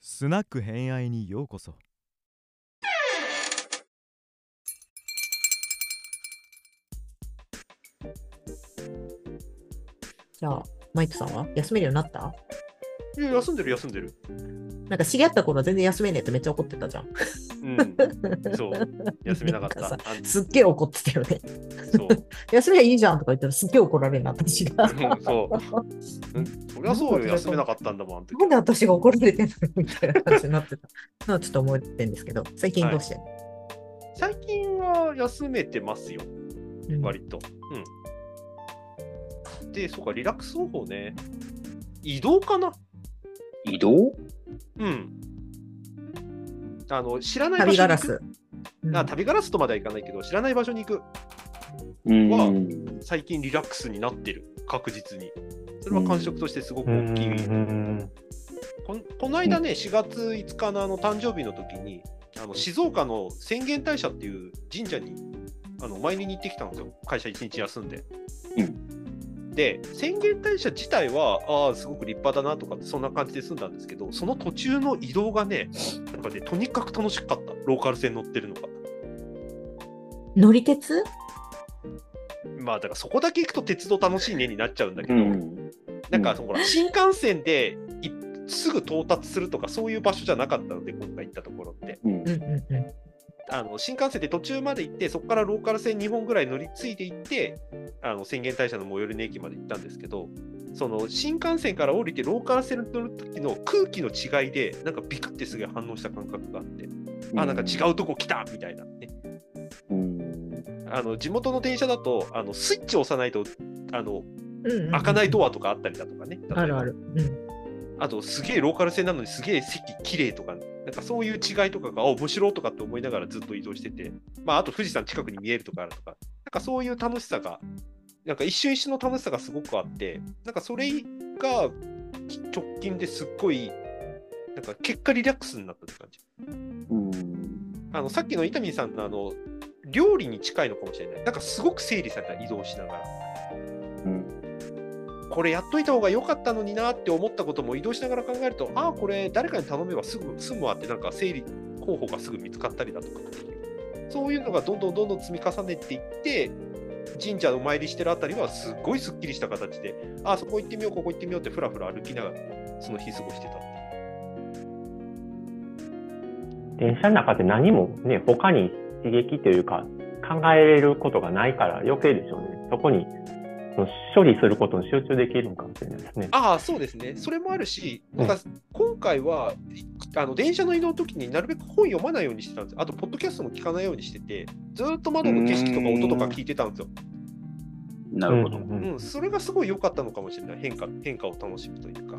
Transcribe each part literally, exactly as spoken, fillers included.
スナック偏愛にようこそ。 じゃあマイクさんは休めるようになった？ いや、休んでる休んでる。 なんか知り合った頃は全然休めねえってめっちゃ怒ってたじゃん。 うん、そう、休めなかった。 なんかさあんすっげえ怒ってたよね。 そう、 休めばいいじゃんとか言ったらすっげえ怒られるな、私が。 うんそう。うんそりゃそうよ、休めなかったんだもん、あの時なんで私が怒られてんのみたいな感じになってたのはちょっと思ってるんですけど、最近どうしてんの？ 最近は休めてますよ、 うん割と。うん。で、そうか、リラックス方法ね。移動かな。 移動うん。あの、知らない場旅ガラ所に行く。 ス。うんあ、旅ガラスとまではいかないけど、知らない場所に行く。 うんは最近リラックスになってる、確実に。それは感触としてすごく大きい。こ, この間ね、しがついつかのあの誕生日の時に、あの静岡の浅間大社っていう神社にあのお参りに行ってきたんですよ、会社いちにち休んで。 うで、浅間大社自体は、ああ、すごく立派だなとかって、そんな感じで済んだんですけど、その途中の移動がね、なんかね、とにかく楽しかった、ローカル線乗ってるのが。 乗り鉄？ まあ、だからそこだけ行くと鉄道楽しいねになっちゃうんだけど、 んなんかそのほら新幹線ですぐ到達するとかそういう場所じゃなかったので、今回行ったところって、 うんうんうんうんあの新幹線で途中まで行って、そこからローカル線にほんぐらい乗り継いで行って、あの浅間大社の最寄りの駅まで行ったんですけど、その新幹線から降りてローカル線に乗る時の空気の違いで、なんかビクってすげえ反応した感覚があって、あ、なんか違うとこ来たみたいなね。 うんあの地元の電車だとあのスイッチを押さないとあのうんうんうん開かないドアとかあったりだとかね。例えばあるある。うんあとすげえローカル線なのにすげえ席綺麗とか、なんかそういう違いとかがあ面白いとかって思いながらずっと移動してて、まああと富士山近くに見えるとかあるとか、なんかそういう楽しさが、なんか一瞬一瞬の楽しさがすごくあって、なんかそれが直近ですっごい、なんか結果リラックスになったって感じ。 うんあのさっきの伊丹さんのあの料理に近いのかもしれない。なんかすごく整理された移動しながら。 うんこれやっといた方が良かったのになって思ったことも移動しながら考えると、ああ、これ誰かに頼めばすぐ済むわって、なんか整理方法がすぐ見つかったりだとかっていう、そういうのがどんどんどんどん積み重ねていって、神社お参りしてるあたりはすごいすっきりした形で、ああ、そこ行ってみよう、ここ行ってみようってふらふら歩きながら、その日過ごしてたっていう。 電車の中で何もね、他に刺激というか考えれることがないから余計でしょうね。そこにその処理することに集中できるのかもしれないですね。 ああ、そうですね。それもあるし、なんか今回は、あの電車の移動の時になるべく本読まないようにしてたんですよ。あと、ポッドキャストも聞かないようにしてて、ずーっと窓の景色とか音とか聞いてたんですよ。 なるほど。 うんうんうんうん、それがすごい良かったのかもしれない。変化、変化を楽しむというか。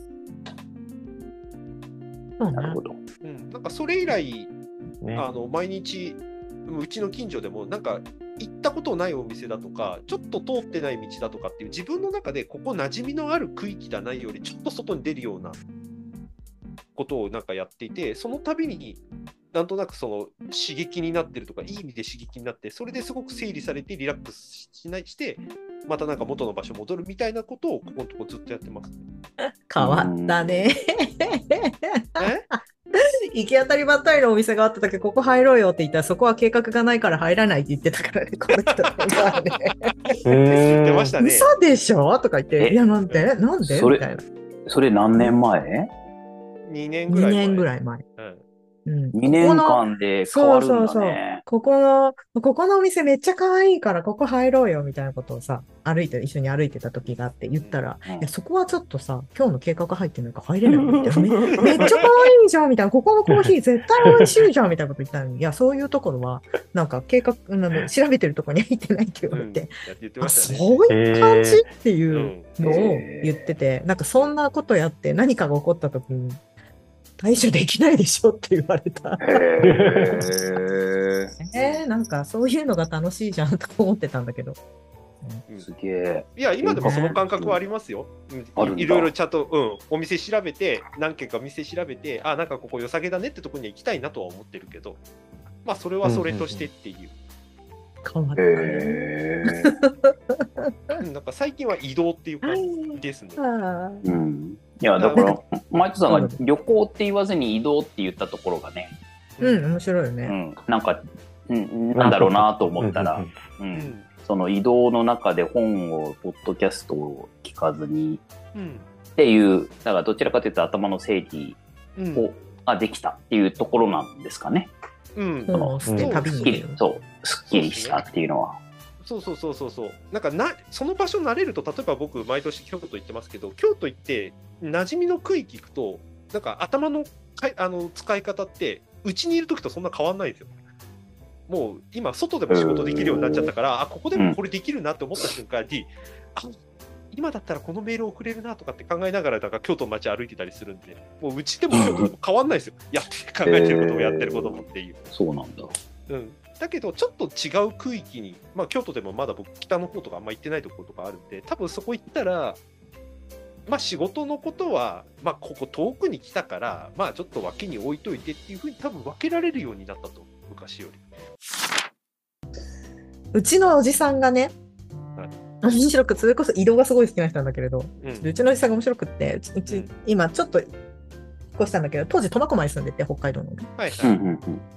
そうねなるほど。 うん、なんかそれ以来、 ね、 あの毎日、うちの近所でも、なんか行ったことないお店だとか、ちょっと通ってない道だとかっていう、自分の中でここ馴染みのある区域だないより、ちょっと外に出るようなことをなんかやっていて、その度になんとなくその刺激になってるとか、いい意味で刺激になって、それですごく整理されてリラックスしないして、またなんか元の場所戻るみたいなことをここのとこずっとやってますね。 変わったね。 え行き当たりばったりのお店があった時、ここ入ろうよって言ったら、そこは計画がないから入らないって言ってたからね、この人がね。 言ってましたね。 嘘でしょとか言って、 えいや、なんでなんでそれみたいな。 それ何年前？ にねんぐらい 2 前。 年ぐらい前。 うんうん、 にねんかんで変わるんだね。 そうそうそう。ここの、ここのお店めっちゃ可愛いから、ここ入ろうよみたいなことをさ、歩いて、一緒に歩いてた時があって言ったら、 うんいや、そこはちょっとさ、今日の計画入ってないから入れないみたいな。めめっちゃ可愛いじゃんみたいな。ここのコーヒー絶対美味しいじゃんみたいなこと言ったのに、いや、そういうところは、なんか計画、あの調べてるところに入ってないって言われて、 うん、やって言ってあ、 ましたね。 そういう感じっていうのをへー言ってて、なんかそんなことやって何かが起こった時に、対処できないでしょって言われた。 へーえー、なんかそういうのが楽しいじゃんと思ってたんだけど。 うんすげえ。 いや、今でもその感覚はありますよ。 あるんだいろいろちゃんと、うん、お店調べて、何軒か店調べて、あ、なんかここ良さげだねってとこには行きたいなとは思ってるけど、まあ、それはそれとしてっていう。 変わった。 へーうんなんか最近は移動っていう感じですね。 あうん。 いや、だかなら、マイトさんが旅行って言わずに移動って言ったところがね、 うん、面白いよね。 うん、なんか、うん、なんだろうなと思ったら、 うんう、 うんんその移動の中で本を、ポッドキャストを聞かずにうんっていう、だからどちらかというと頭の整理うんを、ができたっていうところなんですかね。 うん本を捨て旅すっきりに出る。、 そう、すっきりしたっていうのは。 そうそうそうそうそうなんかなその場所慣れると、例えば僕毎年京都行ってますけど、京都行って馴染みの区域行くとなんか頭のかいあの使い方ってうちにいる時とそんな変わんないんですよ。もう今外でも仕事できるようになっちゃったから、あここでもこれできるなって思った瞬間に、あ今だったらこのメール送れるなとかって考えながらだから京都の街歩いてたりするんで、もううちでも京都でも変わんないですよ。やって考えてることもやってることもっていう。 そうなんだ。 うんだけどちょっと違う区域に、まあ、京都でもまだ僕北の方とかあんま行ってないところとかあるんで、多分そこ行ったら、まあ、仕事のことは、まあ、ここ遠くに来たから、まあ、ちょっと脇に置いといてっていうふうに多分分けられるようになったと、昔より。 うちのおじさんがね、 はい面白く、それこそ移動がすごい好きな人なんだけれど、 うんうちのおじさんが面白くって、うち、うちうん今ちょっと引っ越したんだけど、当時苫小牧に住んでて、北海道の。 はいはい。 うんうんうん。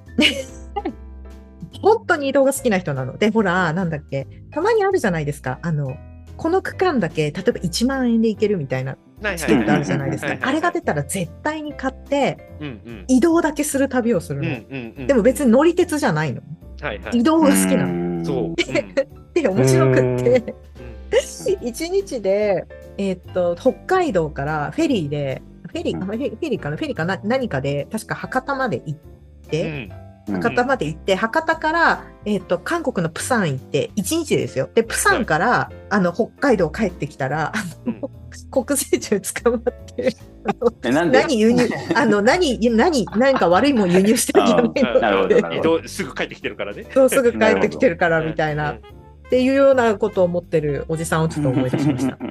本当に移動が好きな人なので、ほら、なんだっけ、たまにあるじゃないですか。あの、この区間だけ、例えばいちまん円で行けるみたいなはいチケットあるじゃないですかはい。はいはいあれが出たら絶対に買って、 うんうん移動だけする旅をするうんの。 うんうんでも別に乗り鉄じゃないの。 はいはい移動が好きなの。 のそう。うんで、面白くって、 うんいちにちで、えーっと、北海道からフェリーで、フェリー、あフェリーフェリーかなフェリーかな何かで、確か博多まで行って、博多まで行って、博多から、えーっと、韓国のプサン行って、いちにちですよ。で、プサンから、あの、北海道帰ってきたら、あうんの、国税庁捕まって、 えなんで何輸入、あの、何、何、何か悪いもん輸入してるんじゃないのあなるほどなる移ほど。 動すぐ帰ってきてるからね。 そうすぐ帰ってきてるから、みたいな、 うんっていうようなことを思ってるおじさんをちょっと思い出しました。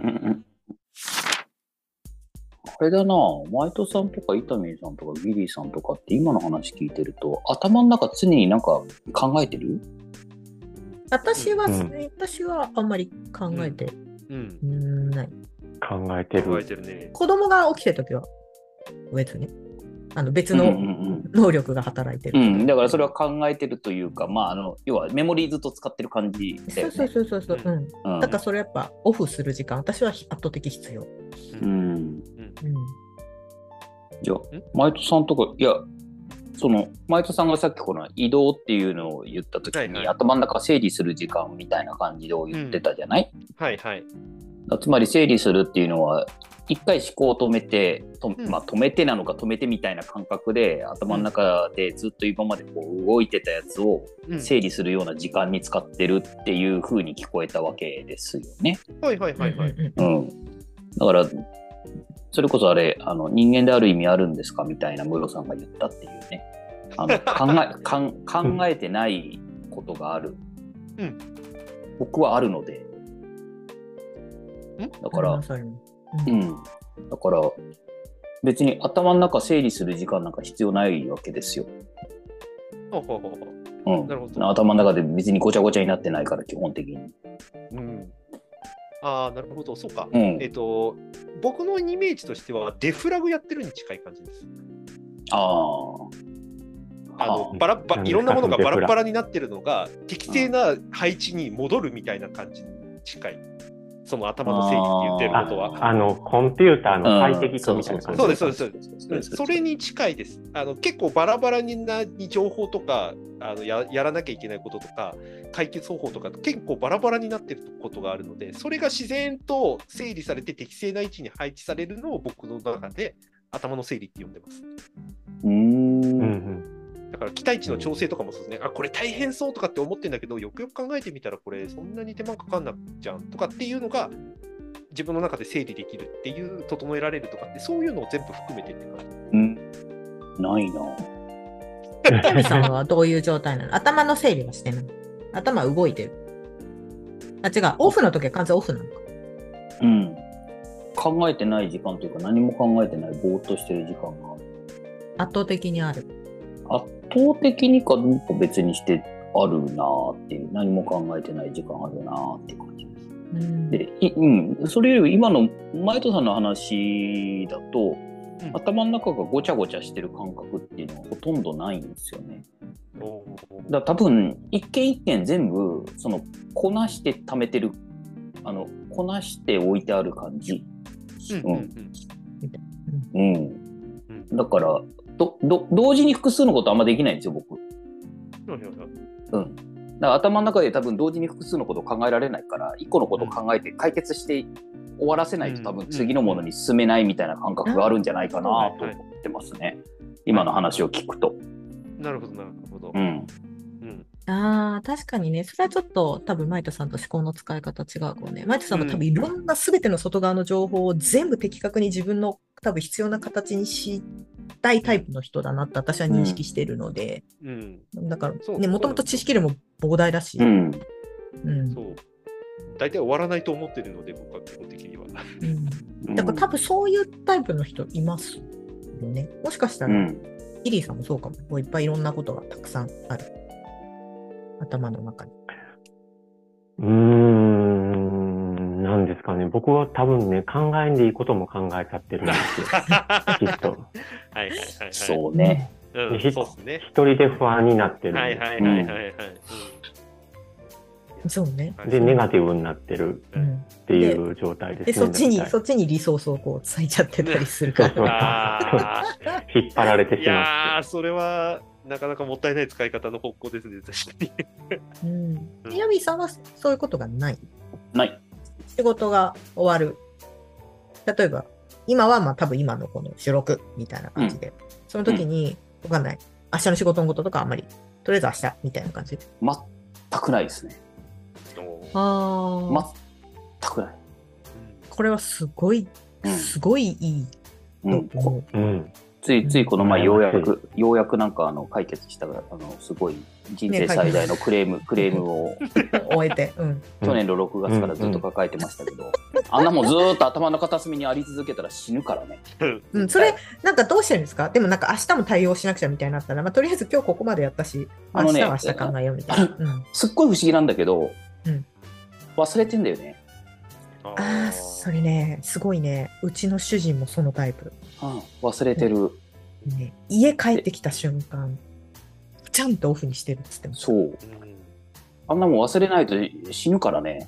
あれだな、マイトさんとかイタミンさんとかビリーさんとかって今の話聞いてると、頭の中常になんか考えてる？ 私は、 うん私はあんまり考えてうんない。 考えて考える。 てるね。 子供が起きてるときは、別に、あの別うんうのん能力が働いてる。 うん、うん、だからそれは考えてるというか、まあ、あの要はメモリーずっと使ってる感じだよね。 そうそうそうそうそう。うん。 うんだからそれやっぱオフする時間、私は圧倒的必要。 ううんん、 うん。 いや、マイトさんとか、いや、その、マイトさんがさっきこの移動っていうのを言ったときに、 はいはい頭の中整理する時間みたいな感じで言ってたじゃない？ はいはい。 つまり整理するっていうのは、一回思考を止めて、とうんまあ、止めてなのか止めてみたいな感覚で、頭の中でずっと今までこう動いてたやつをうん整理するような時間に使ってるっていう風に聞こえたわけですよね。 はいはいはいはい。 うんうんうん。だから、それこそあれ、あの人間である意味あるんですかみたいなムロさんが言ったっていうね。あの考えかん考えてないことがある。 うん僕はあるので。だからま、さにうん。だから、別に頭の中整理する時間なんか必要ないわけですよ。 ほうほうほうほううん。 なるほど。 頭の中で別にごちゃごちゃになってないから、基本的に。 うん。ああ、なるほど、そうか。 うんえっ、と、僕のイメージとしては、デフラグやってるに近い感じです。 ああ。 あのあバラバ何いろんなものがデフラバラバラになってるのが、適正な配置に戻るみたいな感じに近い。その頭の整理って言ってることは。 あの、コンピューターの最適化みたいな感じ。 そうですそうですそうですそれに近いです。あの結構バラバラになに情報とかあの や, やらなきゃいけないこととか解決方法とか結構バラバラになってることがあるので、それが自然と整理されて適正な位置に配置されるのを僕の中で頭の整理って呼んでます。 うーん。 うんうんだから期待値の調整とかもそうですね。あ、これ大変そうとかって思ってるんだけど、よくよく考えてみたらこれそんなに手間かかんなくじゃんとかっていうのが自分の中で整理できるっていう、整えられるとかって、そういうのを全部含めてって感じ。 うん。ないな。 タミさんはどういう状態なの？頭の整理はしてない。頭動いてる。あ、違う。オフの時は完全オフなのか。 うん。考えてない時間というか、何も考えてない、ぼーっとしてる時間が。 圧倒的にある。 圧倒的にかどうか別にしてあるなーっていう、何も考えてない時間あるなーっていう感じです。 ううんでいうん、それより今の前戸さんの話だと、 うん頭の中がごちゃごちゃしてる感覚っていうのはほとんどないんですよね。 おーだから多分一件一件全部そのこなして貯めてる、あのこなして置いてある感じ。 うんうんうん。 うんだからどど同時に複数のことあんまできないんですよ僕。 うんはいはいはいうん。だから頭の中で多分同時に複数のことを考えられないから一個のことを考えて解決して終わらせないと多分次のものに進めないみたいな感覚があるんじゃないかなと思ってますね。今の話を聞くと。 なるほどなるほど。 うん。 うんああ、確かにね、それはちょっと多分マイトさんと思考の使い方違うかもね。マイトさんも多分いろんな全ての外側の情報を全部的確に自分の多分必要な形にしたいタイプの人だなって私は認識しているので、 うんだからそうね、もともと知識量も膨大だし、 うん。 うんそう。大体終わらないと思ってるので、僕は基本的には。 うんだから多分そういうタイプの人いますよね。もしかしたら、 うん。 イリーさんもそうかも。こういっぱいいろんなことがたくさんある。頭の中に。 うーん、なんですかね。僕は多分ね、考えんでいいことも考えちゃってるんですよ。きっと。 はいはいはいはい。 そうね。 うん、 ひそうですね。 一人で不安になってる。 はいはいはいはいはい。 そうね。 うんで、ネガティブになってるうん。 っていう状態ですね。 で、そっちに、 大体そっちにリソースをこう、割いちゃってたりするかそうそうら。 あ引っ張られてーいしまやー、 って。 それはなかなかもったいない使い方の方向ですね、確かに。 うん。ヤミーさんはそういうことがない。 ない。 仕事が終わる。例えば、今はまあ多分今のこの収録みたいな感じで、その時に、わかんない。明日の仕事のこととかあんまり、とりあえず明日みたいな感じで。 全くないですね。 ああ、 全くない。 これはすごい、 うんすごいいいうんと思う。 うん。 ついついこの前ようやうんく、ようやくなんかあの解決したから、あのすごい人生最大のクレーム、クレームを終えて。うん。 去年のろくがつからずっと抱えてましたけど、あんなもんずーっと頭の片隅にあり続けたら死ぬからね。 うん、それ、なんかどうしてるんですか？でもなんか明日も対応しなくちゃみたいになったら、まあ、とりあえず今日ここまでやったし、まあ、 あのね明日は明日考えようみたいな。うん、 すっごい不思議なんだけど、 うん忘れてんだよね。 ああ、それね、すごいね。うちの主人もそのタイプ。 うん、忘れてる。 ね、家帰ってきた瞬間、ちゃんとオフにしてるっつっても。 そう。 うんあんなもん忘れないと死ぬからね。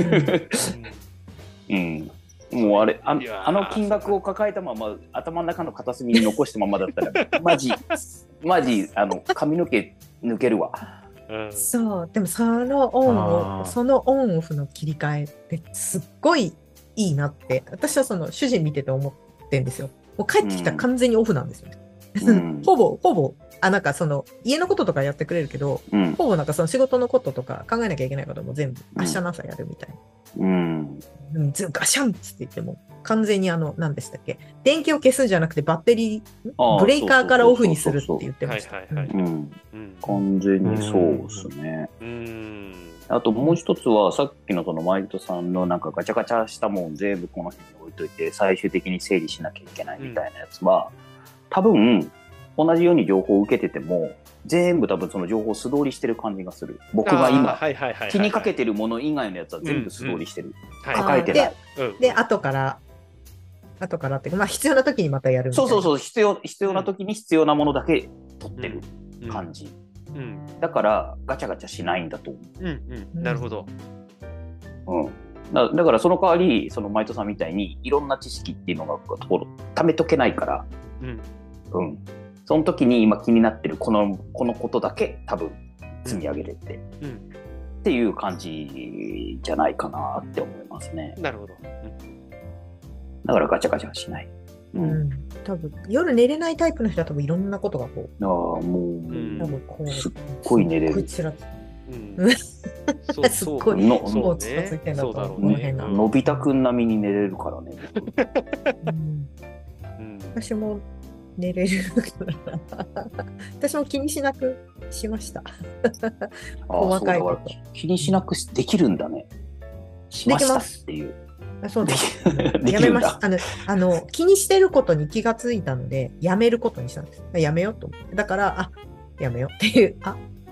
うん。もうあれあ、 いやーあの金額を抱えたまま頭の中の片隅に残したままだったら、マジ、マジ、あの、髪の毛抜けるわ。 うんそう、でもそのオンを、 あーそのオンオフの切り替えってすっごいいいなって、私はその主人見てて思ってんですよ。もう帰ってきたら完全にオフなんですよね。 うんほぼ、ほぼ、あ、なんかその家のこととかやってくれるけど、 うん。 ほぼなんかその仕事のこととか考えなきゃいけないことも全部明日の朝やるみたいな。 うん。 うん、ずガシャンっつって言っても、完全にあの、何でしたっけ、電気を消すんじゃなくてバッテリー、 あーブレーカーからオフにするって言ってました。 はいはいはいうん。 うん完全にそうですね。 うんあともう一つは、さっきのそのマイトさんのなんかガチャガチャしたもん全部この辺に置いといて、最終的に整理しなきゃいけないみたいなやつは、多分、同じように情報を受けてても、全部多分その情報を素通りしてる感じがする。僕があー今、 はいはいはいはい気にかけてるもの以外のやつは全部素通りしてる。 はい抱えてない。 うんで、後から、後からっていうか、まあ必要な時にまたやるみたいな。 そうそうそう、必要、必要な時に必要なものだけ取ってるうん感じ。 うんだから、ガチャガチャしないんだと思うんうんなるほど。 う。うん。だだからその代わり、そのマイトさんみたいにいろんな知識っていうのがこう貯めとけないから、 うんうん。その時に今気になってるこの、このことだけ多分積み上げれて、 うんっていう感じじゃないかなって思いますね。 なるほど。 だからガチャガチャはしない。う。 うんん。多分、夜寝れないタイプの人は多分いろんなことがこう、 ああ、もう、 ん多分こう、 すっごい寝れるすっごいちらつうんそうすっごいのそうもう近づいてんだとそうだろうねこの辺がうんのび太くん並みに寝れるからね。 うんうん私も寝れるから私も気にしなくしました。細かいことああそうだから気にしなくしできるんだね。しましたっていう。 あそうです。 でやきるんだ。 めました。あの、あの、気にしてることに気がついたので、やめることにしたんです。やめようと思って。だから、あ、やめようっていう、あ、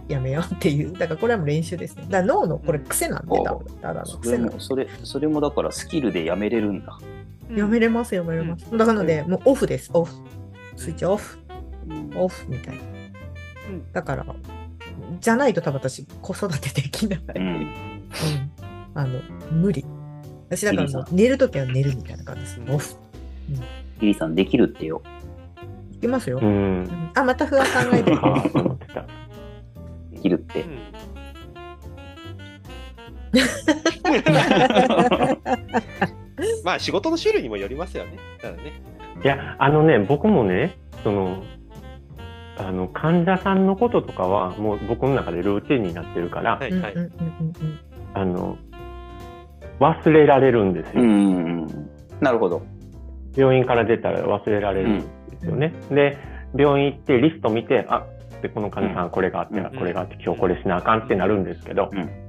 やめようっていう。だからこれはもう練習ですね。だから脳のこれ癖なんで、多分。ただのそ癖なんで。 れもそれそれもだからスキルでやめれるんだ。 やめれますやめれます。だからなので、もうオフです。オフ。スイッチオフ。 うんオフみたいな。 うんだから、じゃないと多分私子育てできない。 うんうんあの、無理。私だからもう寝るときは寝るみたいな感じです。オフ。 リリーさんできるってよ。 いきますよ。 ううんん。 あ、また不安考えてる。 はあ、と思ってた。 できるってう。んまあ仕事の種類にもよりますよね。ただね。 いや、あのね、僕もね、その、あの、患者さんのこととかは、もう僕の中でルーティンになってるから、 はいはい。 うんうんうんうんあの、忘れられるんですよ。 うんうんうん。なるほど。 病院から出たら忘れられるんですよね。で、病院行ってリスト見て、あ、でこの患者さんこれがあって、 うんこれがあって、今日これしなあかんってなるんですけど、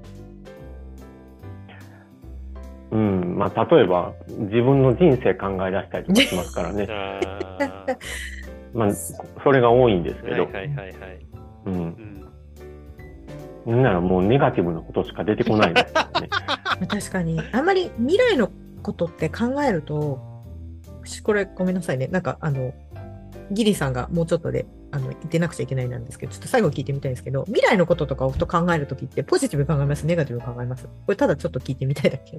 うんうん、まあ、例えば、自分の人生考え出したりとかしますからね。 あまあ、それが多いんですーけど、 はいはいはいはい。 うん。 うんなんならもうネガティブなことしか出てこないですよね。 うん。確かに、あんまり未来のことって考えると、しこれごめんなさいね。なんかあの、ギリさんがもうちょっとであの言ってなくちゃいけないなんですけど、ちょっと最後聞いてみたいんですけど、未来のこととかをふと考えるときってポジティブに考えます、ネガティブに考えます。これただちょっと聞いてみたいだけ。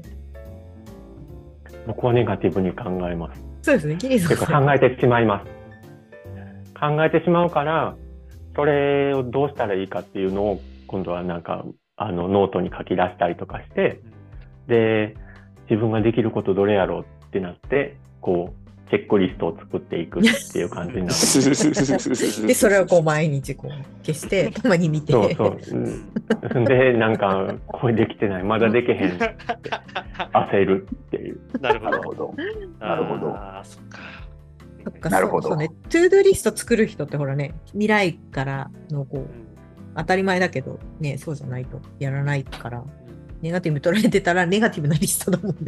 僕はネガティブに考えます。 そうですね、ギリさん。 てか考えてしまいます。考えてしまうから、それをどうしたらいいかっていうのを、今度はなんか、あの、ノートに書き出したりとかして、で、自分ができることどれやろうってなって、こう、チェックリストを作っていくっていう感じになる。 で、それをこう毎日こう消して、たまに見て。 そうそう。うんで、なんか、これできてない、まだできへんって焦るっていう。 なるほど。 なるほど。なるほどああ、そっか。 そっかなるほどそうそうね。トゥードゥリスト作る人ってほらね、未来からのこう、 うん当たり前だけど、ね、そうじゃないとやらないから、ネガティブ捉えてたらネガティブなリストだもんね。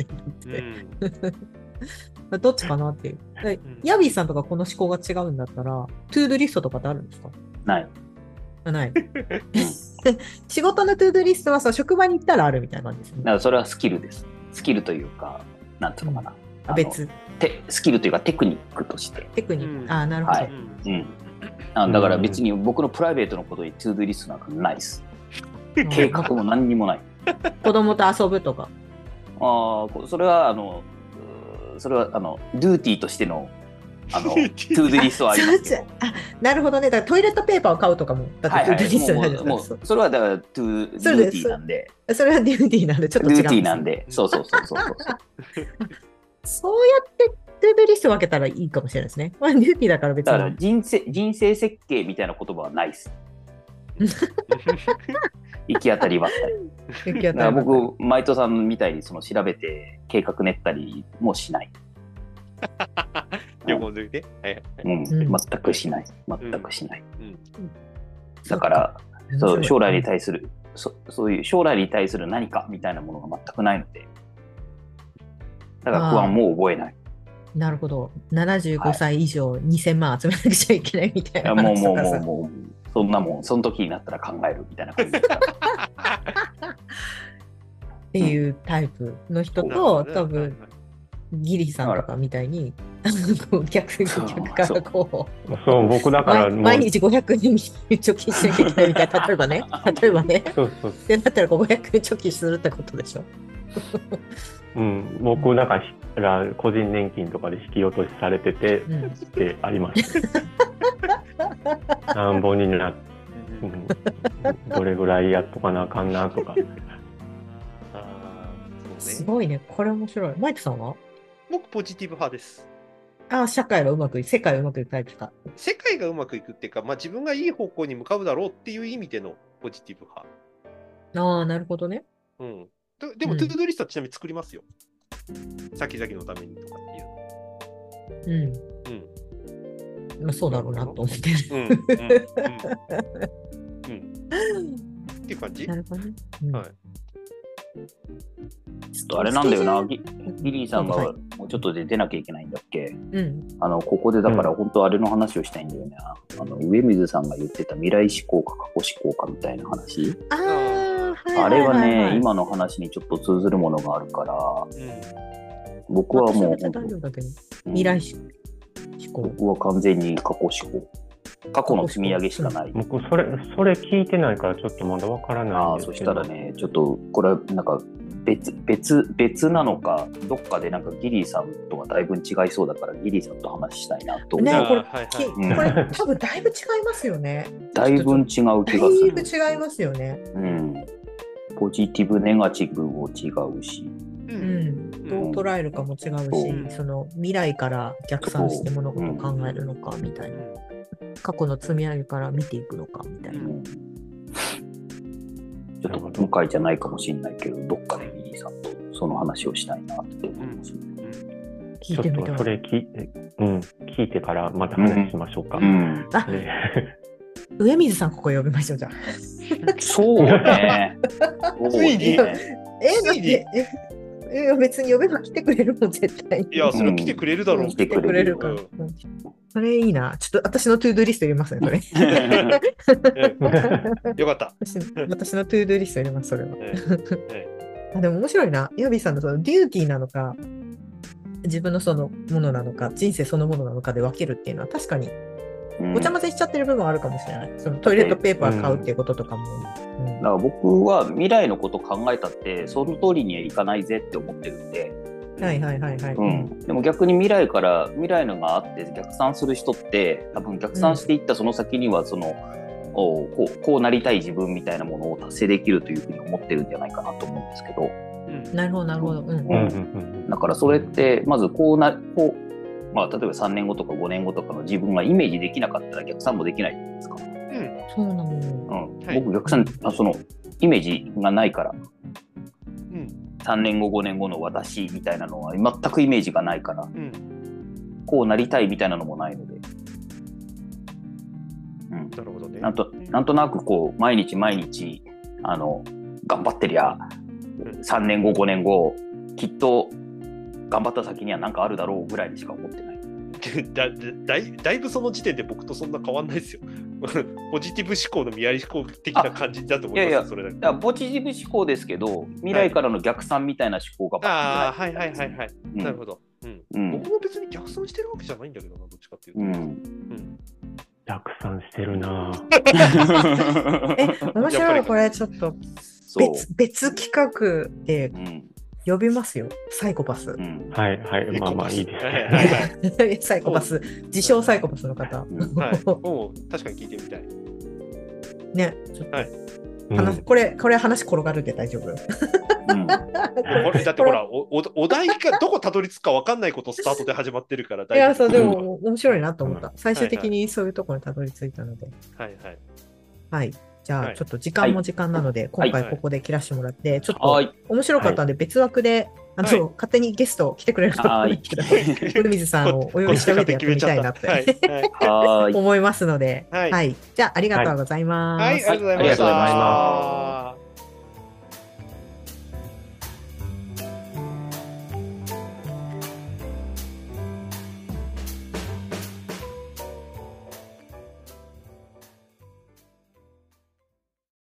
うんどっちかなっていう。でんヤビーさんとかこの思考が違うんだったら、トゥードゥリストとかってあるんですか？ ない。 あない。仕事のトゥードゥリストはさ、職場に行ったらあるみたいな感じですね。 だからそれはスキルです。スキルというか、なんていうのかな。あの別。 てスキルというかテクニックとして。 テクニック。 うんああ、なるほど。 はいうん。あだから別に僕のプライベートのことにトゥードゥリストなんかないです。 うん計画も何にもない。 子供と遊ぶとか。 ああ、それはあの、うーそれはあの、ドゥーティーとしての、あの、トゥードゥリストはありますけど。 あ、なるほどね。だからトイレットペーパーを買うとかも、だってトゥードゥリストになるじゃないですか。 もうもうそれはだからトゥードそうですゥーティーなんで、 それはデューティーなんで、ちょっと違うんですドゥーティーなんで、そうそうそうそうそう。 そうやってトゥードゥリスト分けたらいいかもしれないですね。まあ、デューティーだから別だからに。 人生人生設計みたいな言葉はないです。行き当たりばったり。 行き当だからたりばったり僕、マイトさんみたいにその調べて計画練ったりもしない。 旅行抜いて。はいはいうん、 うん全くしない。全くしない。 うんだから、そう将来にい対するそ、そういう将来に対する何かみたいなものが全くないので、だから不安も覚えない。 なるほど。ななじゅうごさい以上にせんまん集めなくちゃいけないみたいないやもうもう話とかさ。 もうもう、そんなもん、その時になったら考えるみたいな感じですから。 っていうタイプの人なるほと、 どね多分、ギリさんとかみたいに、あのこう逆そう逆からこう、 そう、僕だから毎もう、 毎日ごひゃくえん貯金しなきゃいけないみたいな、例えばね、例えばね、 そうそう、 ってなったらこうごひゃくえん貯金するってことでしょ。 うん、僕だから個人年金とかで引き落としされてて、 うんってあります。なんぼになって、うん、どれぐらいやっとかなあかんなとか。 あーそうね。 すごいね、これ面白い。マイクさんは僕、ポジティブ派です。 ああ、社会がうまくいく、世界がうまくいくタイプか。 世界がうまくいくっていうか、まあ、自分がいい方向に向かうだろうっていう意味でのポジティブ派。 ああ、なるほどね。 うん、ででも、 うんトゥードゥリストはちなみに作りますよ。先々のためにとかっていう。 うん。 うん。 まあ、そうだろうなと思ってる。 うん。うん。うん。うん。っていう感じなるほどね。うんはいちょっとあれなんだよな、ギギリーさんはいがもうちょっとで出なきゃいけないんだっけ。 うん。 あのここでだから本当あれの話をしたいんだよね。あの上水さんが言ってた未来思考か過去思考かみたいな話。 ああ、はいあれはね、 今今の話にちょっと通ずるものがあるから、 うん僕はもう私は別に大丈夫だけど、未来思考。 僕は完全に過去思考。過去の積み上げしかない。 僕、それ、それ聞いてないからちょっとまだわからないああ、 んですけど。 そしたらね、ちょっとこれはなんか別、別、別なのか、どっかでなんかギリーさんとはだいぶ違いそうだから、ギリーさんと話したいなと思う。 ねこれ、 あーはいはいきうんこれ多分だいぶ違いますよね。 だいぶ違う気がだいする。 ぶ違いますよね。 うん。ポジティブ、ネガティブも違うし。 ううんん。どう捉えるかも違ううんし、その未来から逆算して物事を考えるのかみたいな。過去の積み上げから見ていくのかみたいな。 うんちょっと今回じゃないかもしれないけど、どっかでギリーさんとその話をしたいなって思います。 聞いてみたいちょっとそ。れ聞いて、うん、聞いてからまた話しましょうか。 うん。 あ、 ね上水さんここ呼びましょうじゃあ。 そうね。そうついにね。 え、だっついにて、え、え別に呼べば来てくれるもん、絶対に。 いや、それは来てくれるだろう。 来てくれるから。 うんうんそれいいな。ちょっと私のトゥードゥリスト入れますね、それ。 よかった。 私私のトゥードゥリスト入れます、それは。 ええあでも面白いな。ヤビーさんのそのデューティーなのか、自分のそのものなのか、人生そのものなのかで分けるっていうのは確かにうんごちゃ混ぜしちゃってる部分はあるかもしれない。そのトイレットペーパー買うっていうこととかも。うんだから僕は未来のこと考えたってその通りにはいかないぜって思ってるんで、 はいはいはいはい。 うん、でも逆に未来から未来のがあって逆算する人って多分逆算していったその先にはその、おこうこうなりたい自分みたいなものを達成できるというふうに思ってるんじゃないかなと思うんですけど、 うんなるほどなるほど。うんうんうんうんうんだからそれってまずこうなこう、まあ、例えばさんねんごとかごねんごとかの自分がイメージできなかったら逆算もできないじゃないですか。 うんそうなの。 うんはい僕逆算あそのイメージがないからうんさんねんごごねんごの私みたいなのは全くイメージがないからうんこうなりたいみたいなのもないので、うん、 なるほどね。 なんとなんとなくこう毎日毎日あの頑張ってりゃさんねんごごねんごきっと頑張った先には何かあるだろうぐらいにしか思ってない。 だだいだいぶその時点で僕とそんな変わんないですよ。ポジティブ思考の未来思考的な感じだと思いますよ、 いやいやそれだけ。 だからポジティブ思考ですけど未来からの逆算みたいな思考がああ、 バッはいはいはいはい。 うんなるほど、うんうん僕も別に逆算してるわけじゃないんだけどな、どっちかっていうと。 うんうん逆算してるなぁ。 え、面白い。これちょっとそう、 別別企画でうん呼びますよ。サイコパス。 うんはいはい、まあまあいいですはいはいね。 はいサイコパス。自称サイコパスの方。 うんはい。もう確かに聞いてみたい。 ね、ちょっとはい話、これ、これ話転がるで大丈夫。 うんこれだってほら、おおお題がどこたどり着くか分かんないことスタートで始まってるからいや、 大丈夫。 そう、でも面白いなと思ったう。 最終的にそういうところにたどり着いたので。 はいはい。 はい。じゃあ、 はいちょっと時間も時間なので、今回ここで切らしてもらって、ちょっとはい面白かったんで、別枠で、あの、 はい勝手にゲスト来てくれるかわかんないけど、古水さんをお呼びした上でやってみたいなってはいはいはーい思いますので、 はいはい。じゃあ、ありがとうございます。 はい、ありがとうございました。 ありがとうございま